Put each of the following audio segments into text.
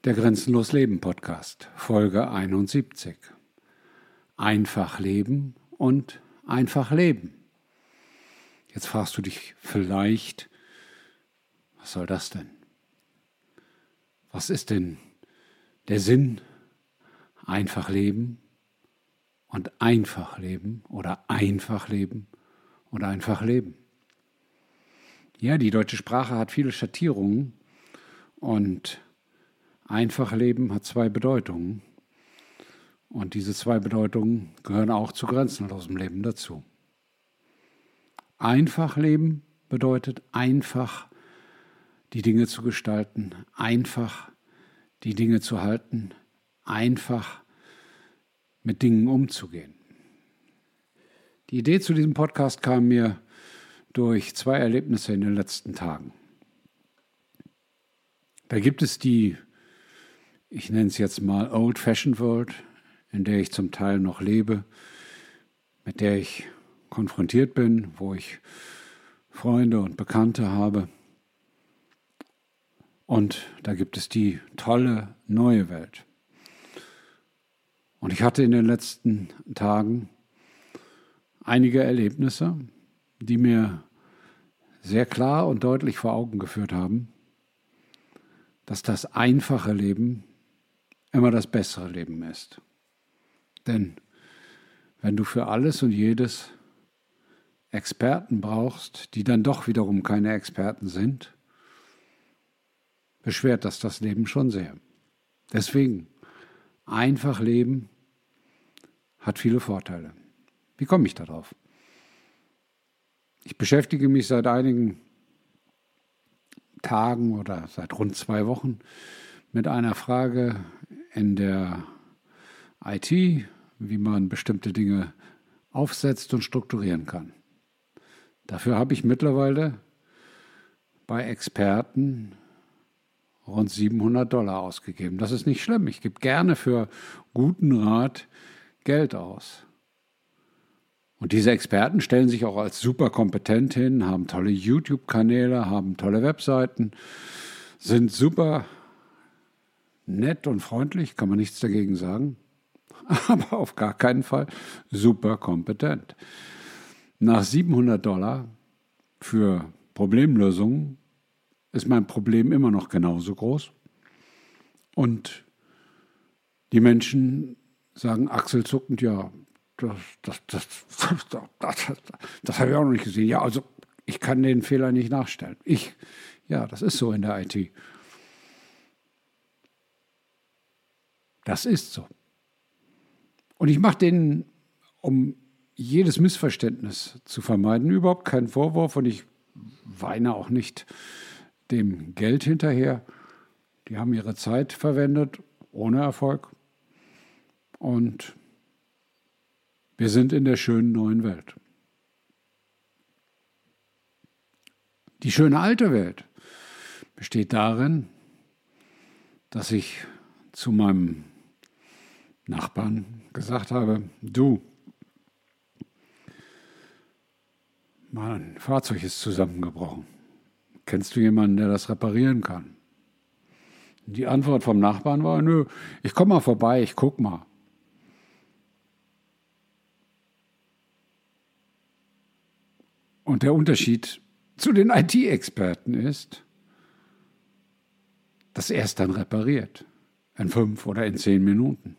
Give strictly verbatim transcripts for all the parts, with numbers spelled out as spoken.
Der Grenzenlos Leben Podcast, Folge einundsiebzig. Einfach leben und einfach leben. Jetzt fragst du dich vielleicht, was soll das denn? Was ist denn der Sinn? Einfach leben und einfach leben oder einfach leben und einfach leben. Ja, die deutsche Sprache hat viele Schattierungen und einfach leben hat zwei Bedeutungen. Und diese zwei Bedeutungen gehören auch zu grenzenlosem Leben dazu. Einfach leben bedeutet einfach die Dinge zu gestalten, einfach die Dinge zu halten, einfach mit Dingen umzugehen. Die Idee zu diesem Podcast kam mir durch zwei Erlebnisse in den letzten Tagen. Da gibt es die, ich nenne es jetzt mal Old-Fashioned World, in der ich zum Teil noch lebe, mit der ich konfrontiert bin, wo ich Freunde und Bekannte habe. Und da gibt es die tolle neue Welt. Und ich hatte in den letzten Tagen einige Erlebnisse, die mir sehr klar und deutlich vor Augen geführt haben, dass das einfache Leben immer das bessere Leben ist. Denn wenn du für alles und jedes Experten brauchst, die dann doch wiederum keine Experten sind, beschwert das das Leben schon sehr. Deswegen, einfach leben hat viele Vorteile. Wie komme ich darauf? Ich beschäftige mich seit einigen Tagen oder seit rund zwei Wochen mit einer Frage in der I T, wie man bestimmte Dinge aufsetzt und strukturieren kann. Dafür habe ich mittlerweile bei Experten rund siebenhundert Dollar ausgegeben. Das ist nicht schlimm. Ich gebe gerne für guten Rat Geld aus. Und diese Experten stellen sich auch als super kompetent hin, haben tolle YouTube-Kanäle, haben tolle Webseiten, sind super nett und freundlich, kann man nichts dagegen sagen, aber auf gar keinen Fall super kompetent. Nach siebenhundert Dollar für Problemlösungen ist mein Problem immer noch genauso groß. Und die Menschen sagen achselzuckend, ja, das, das, das, das, das, das, das habe ich auch noch nicht gesehen. Ja, also ich kann den Fehler nicht nachstellen. Ich, ja, das ist so in der I T. Das ist so. Und ich mache denen, um jedes Missverständnis zu vermeiden, überhaupt keinen Vorwurf und ich weine auch nicht dem Geld hinterher. Die haben ihre Zeit verwendet, ohne Erfolg. Und wir sind in der schönen neuen Welt. Die schöne alte Welt besteht darin, dass ich zu meinem Nachbarn gesagt habe, du, mein Fahrzeug ist zusammengebrochen. Kennst du jemanden, der das reparieren kann? Die Antwort vom Nachbarn war, nö, ich komme mal vorbei, ich guck mal. Und der Unterschied zu den I T-Experten ist, dass er es dann repariert. In fünf oder in zehn Minuten.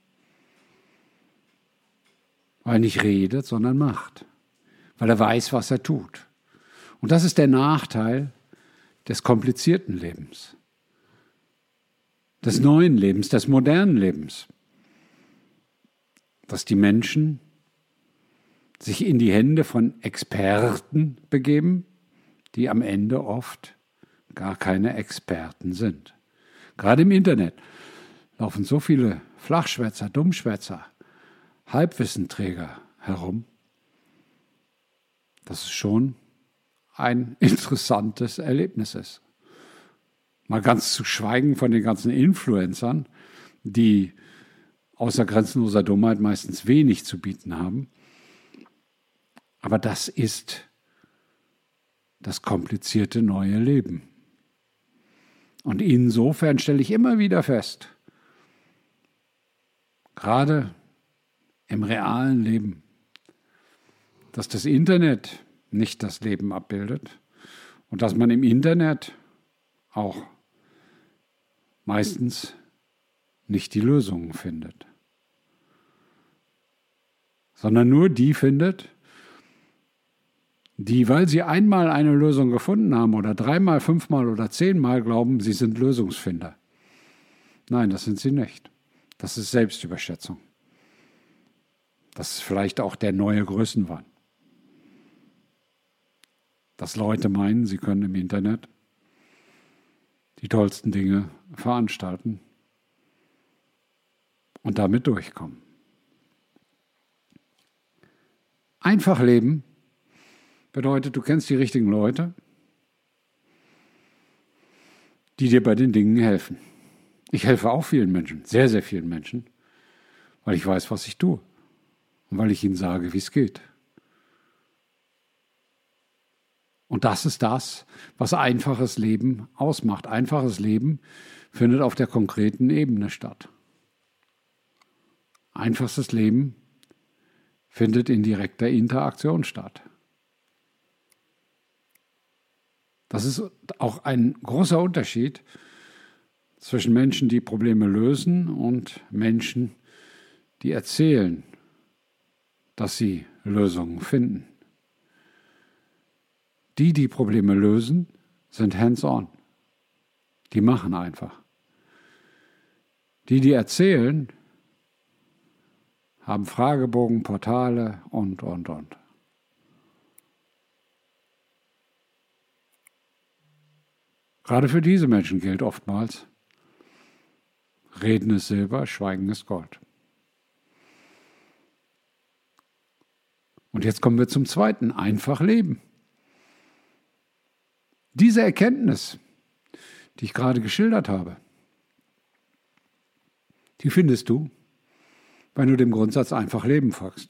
Weil er nicht redet, sondern macht. Weil er weiß, was er tut. Und das ist der Nachteil des komplizierten Lebens. Des neuen Lebens, des modernen Lebens. Dass die Menschen sich in die Hände von Experten begeben, die am Ende oft gar keine Experten sind. Gerade im Internet laufen so viele Flachschwätzer, Dummschwätzer, Halbwissenträger herum, dass es schon ein interessantes Erlebnis ist. Mal ganz zu schweigen von den ganzen Influencern, die außer grenzenloser Dummheit meistens wenig zu bieten haben. Aber das ist das komplizierte neue Leben. Und insofern stelle ich immer wieder fest, gerade im realen Leben, dass das Internet nicht das Leben abbildet und dass man im Internet auch meistens nicht die Lösungen findet, sondern nur die findet, die, weil sie einmal eine Lösung gefunden haben oder dreimal, fünfmal oder zehnmal glauben, sie sind Lösungsfinder. Nein, das sind sie nicht. Das ist Selbstüberschätzung. Das ist vielleicht auch der neue Größenwahn. Dass Leute meinen, sie können im Internet die tollsten Dinge veranstalten und damit durchkommen. Einfach leben bedeutet, du kennst die richtigen Leute, die dir bei den Dingen helfen. Ich helfe auch vielen Menschen, sehr, sehr vielen Menschen, weil ich weiß, was ich tue und weil ich ihnen sage, wie es geht. Und das ist das, was einfaches Leben ausmacht. Einfaches Leben findet auf der konkreten Ebene statt. Einfaches Leben findet in direkter Interaktion statt. Das ist auch ein großer Unterschied zwischen Menschen, die Probleme lösen und Menschen, die erzählen, dass sie Lösungen finden. Die, die Probleme lösen, sind hands-on. Die machen einfach. Die, die erzählen, haben Fragebogen, Portale und, und, und. Gerade für diese Menschen gilt oftmals, Reden ist Silber, Schweigen ist Gold. Und jetzt kommen wir zum zweiten, einfach leben. Diese Erkenntnis, die ich gerade geschildert habe, die findest du, wenn du dem Grundsatz einfach leben folgst.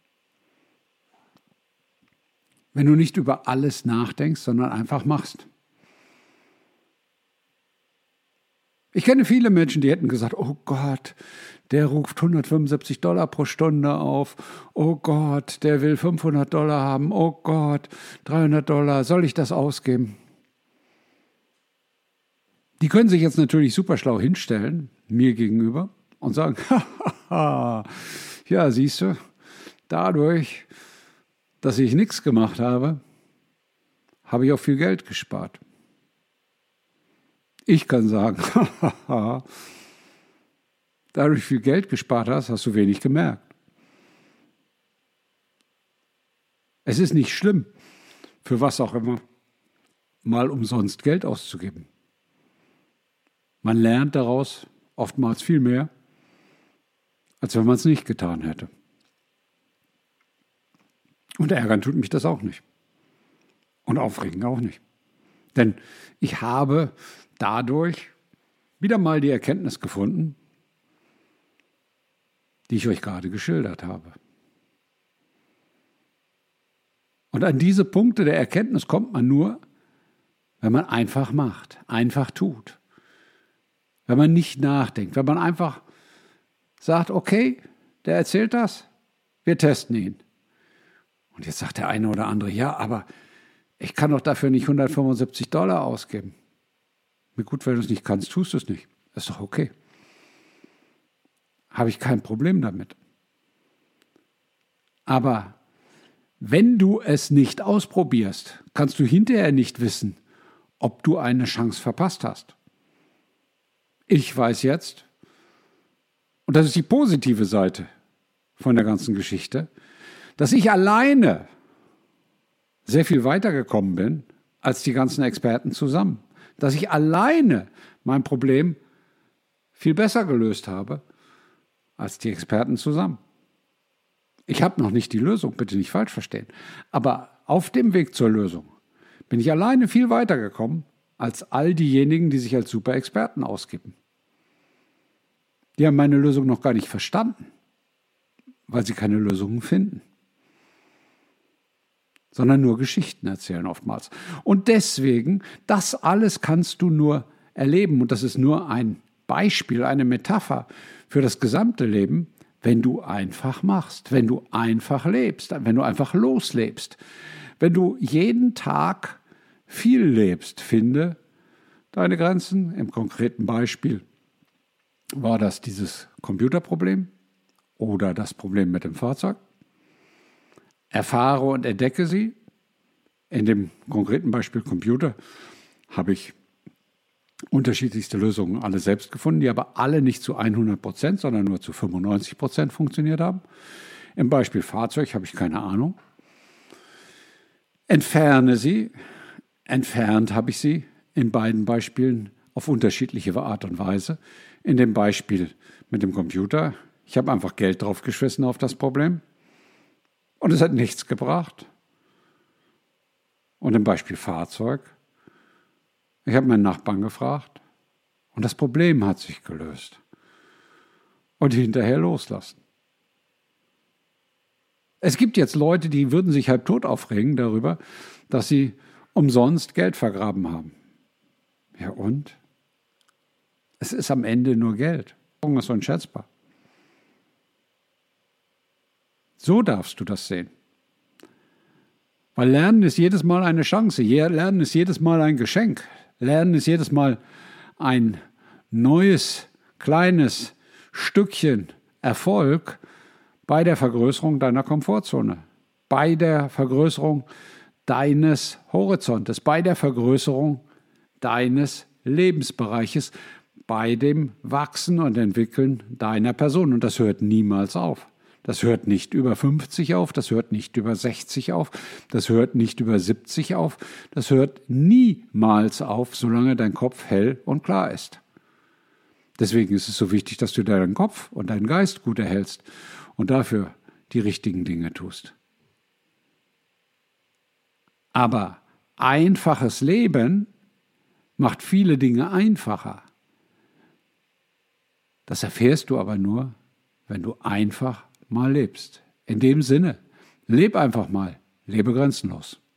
Wenn du nicht über alles nachdenkst, sondern einfach machst. Ich kenne viele Menschen, die hätten gesagt, oh Gott, der ruft hundertfünfundsiebzig Dollar pro Stunde auf. Oh Gott, der will fünfhundert Dollar haben. Oh Gott, dreihundert Dollar, soll ich das ausgeben? Die können sich jetzt natürlich super schlau hinstellen, mir gegenüber, und sagen, haha, ja, siehst du, dadurch, dass ich nichts gemacht habe, habe ich auch viel Geld gespart. Ich kann sagen, haha, dadurch viel Geld gespart hast, hast du wenig gemerkt. Es ist nicht schlimm, für was auch immer, mal umsonst Geld auszugeben. Man lernt daraus oftmals viel mehr, als wenn man es nicht getan hätte. Und ärgern tut mich das auch nicht. Und aufregen auch nicht. Denn ich habe dadurch wieder mal die Erkenntnis gefunden, die ich euch gerade geschildert habe. Und an diese Punkte der Erkenntnis kommt man nur, wenn man einfach macht, einfach tut. Wenn man nicht nachdenkt, wenn man einfach sagt, okay, der erzählt das, wir testen ihn. Und jetzt sagt der eine oder andere, ja, aber ich kann doch dafür nicht hundertfünfundsiebzig Dollar ausgeben. Na gut, wenn du es nicht kannst, tust du es nicht. Das ist doch okay. Habe ich kein Problem damit. Aber wenn du es nicht ausprobierst, kannst du hinterher nicht wissen, ob du eine Chance verpasst hast. Ich weiß jetzt, und das ist die positive Seite von der ganzen Geschichte, dass ich alleine sehr viel weitergekommen bin als die ganzen Experten zusammen. Dass ich alleine mein Problem viel besser gelöst habe als die Experten zusammen. Ich habe noch nicht die Lösung, bitte nicht falsch verstehen. Aber auf dem Weg zur Lösung bin ich alleine viel weitergekommen als all diejenigen, die sich als Superexperten ausgeben. Die haben meine Lösung noch gar nicht verstanden, weil sie keine Lösungen finden, sondern nur Geschichten erzählen oftmals. Und deswegen, das alles kannst du nur erleben, und das ist nur ein Beispiel, eine Metapher für das gesamte Leben, wenn du einfach machst, wenn du einfach lebst, wenn du einfach loslebst, wenn du jeden Tag viel lebst. Finde deine Grenzen. Im konkreten Beispiel war das dieses Computerproblem oder das Problem mit dem Fahrzeug. Erfahre und entdecke sie. In dem konkreten Beispiel Computer habe ich unterschiedlichste Lösungen alle selbst gefunden, die aber alle nicht zu hundert Prozent, sondern nur zu fünfundneunzig Prozent funktioniert haben. Im Beispiel Fahrzeug habe ich keine Ahnung. Entferne sie. Entfernt habe ich sie in beiden Beispielen auf unterschiedliche Art und Weise. In dem Beispiel mit dem Computer, ich habe einfach Geld draufgeschmissen auf das Problem und es hat nichts gebracht. Und im Beispiel Fahrzeug, ich habe meinen Nachbarn gefragt und das Problem hat sich gelöst. Und hinterher loslassen. Es gibt jetzt Leute, die würden sich halb tot aufregen darüber, dass sie umsonst Geld vergraben haben. Ja und? Es ist am Ende nur Geld. Das ist unschätzbar. So darfst du das sehen. Weil Lernen ist jedes Mal eine Chance. Lernen ist jedes Mal ein Geschenk. Lernen ist jedes Mal ein neues, kleines Stückchen Erfolg bei der Vergrößerung deiner Komfortzone, bei der Vergrößerung deines Horizontes, bei der Vergrößerung deines Lebensbereiches, bei dem Wachsen und Entwickeln deiner Person. Und das hört niemals auf. Das hört nicht über fünfzig auf, das hört nicht über sechzig auf, das hört nicht über siebzig auf, das hört niemals auf, solange dein Kopf hell und klar ist. Deswegen ist es so wichtig, dass du deinen Kopf und deinen Geist gut erhältst und dafür die richtigen Dinge tust. Aber einfaches Leben macht viele Dinge einfacher. Das erfährst du aber nur, wenn du einfach mal lebst. In dem Sinne, leb einfach mal, lebe grenzenlos.